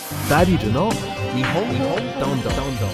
ダリルの日本語どんどん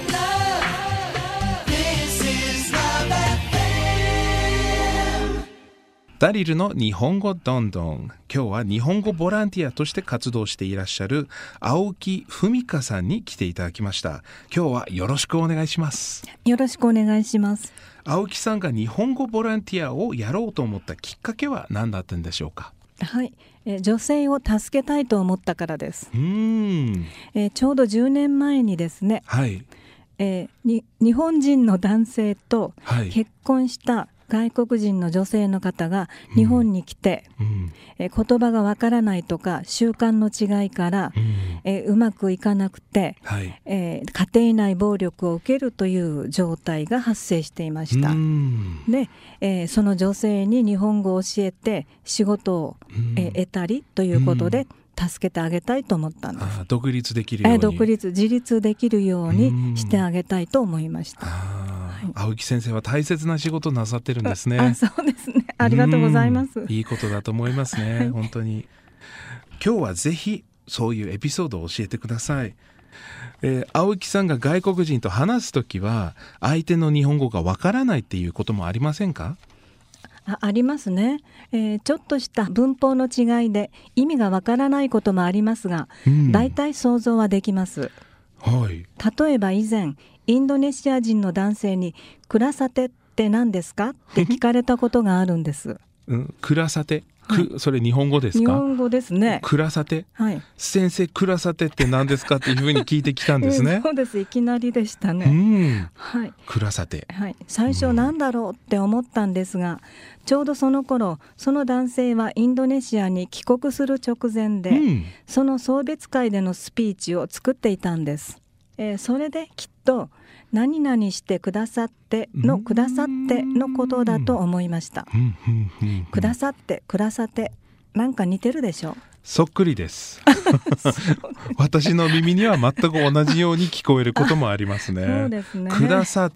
ダリルの日本語どんどん。今日は日本語ボランティアとして活動していらっしゃる青木文香さんに来ていただきました。今日はよろしくお願いします。 よろしくお願いします。 青木さんが日本語ボランティアをやろうと思ったきっかけは何だったんでしょうか？ はい、女性を助けたいと思ったからです。ちょうど10年前にですね、 はい、 日本人の男性と結婚した外国人の女性の方が日本に来て、言葉がわからないとか習慣の違いから、うまくいかなくて、家庭内暴力を受けるという状態が発生していました。で、その女性に日本語を教えて仕事を、得たりということで助けてあげたいと思ったんです。 独立できるように、 自立できるようにしてあげたいと思いました。 青木先生は大切な仕事をなさってるんですね。 そうですね、ありがとうございます。 いいことだと思いますね、本当に。今日はぜひそういうエピソードを教えてください。青木さんが外国人と話すときは相手の日本語がわからないっていうこともありませんか？ ありますね。ちょっとした文法の違いで意味がわからないこともありますが、大体想像はできます。例えば以前インドネシア人の男性にクラサテって何ですかって聞かれたことがあるんです。 クラサテ、それ日本語ですか？ 日本語ですね。 クラサテ、先生クラサテって何ですかっていうふうに聞いてきたんですね。 そうです、いきなりでしたね。 クラサテ、 最初何だろうって思ったんですが、ちょうどその頃その男性はインドネシアに帰国する直前で、その送別会でのスピーチを作っていたんです。それできっと何々してくださってのくださってのことだと思いました。くださってくださってなんか似てるでしょ？ そっくりです私の耳には全く同じように聞こえることもありますね。 そうですね。 くださって、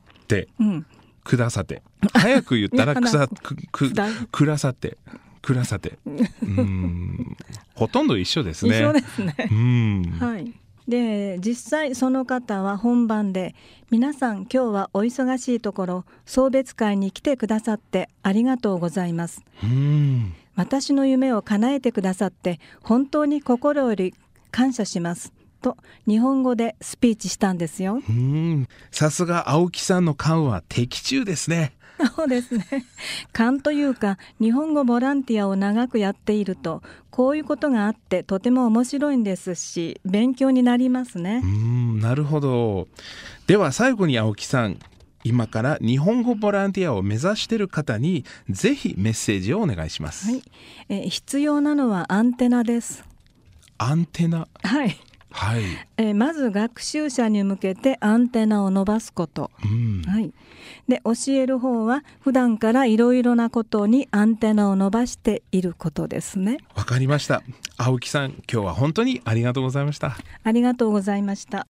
くださて、早く言ったらくらさてくらさてほとんど一緒ですね。 一緒ですね。で、実際その方は本番で、皆さん今日はお忙しいところ送別会に来てくださってありがとうございます。私の夢を叶えてくださって本当に心より感謝しますと日本語でスピーチしたんですよ。 さすが青木さんの勘は的中ですね。 そうですね。勘というか、日本語ボランティアを長くやっているとこういうことがあってとても面白いんですし、勉強になりますね。 なるほど。では最後に青木さん、今から日本語ボランティアを目指している方にぜひメッセージをお願いします。 必要なのはアンテナです。 アンテナ、 まず学習者に向けてアンテナを伸ばすこと、で教える方は普段からいろいろなことにアンテナを伸ばしていることですね。 わかりました。青木さん、今日は本当にありがとうございました。 ありがとうございました。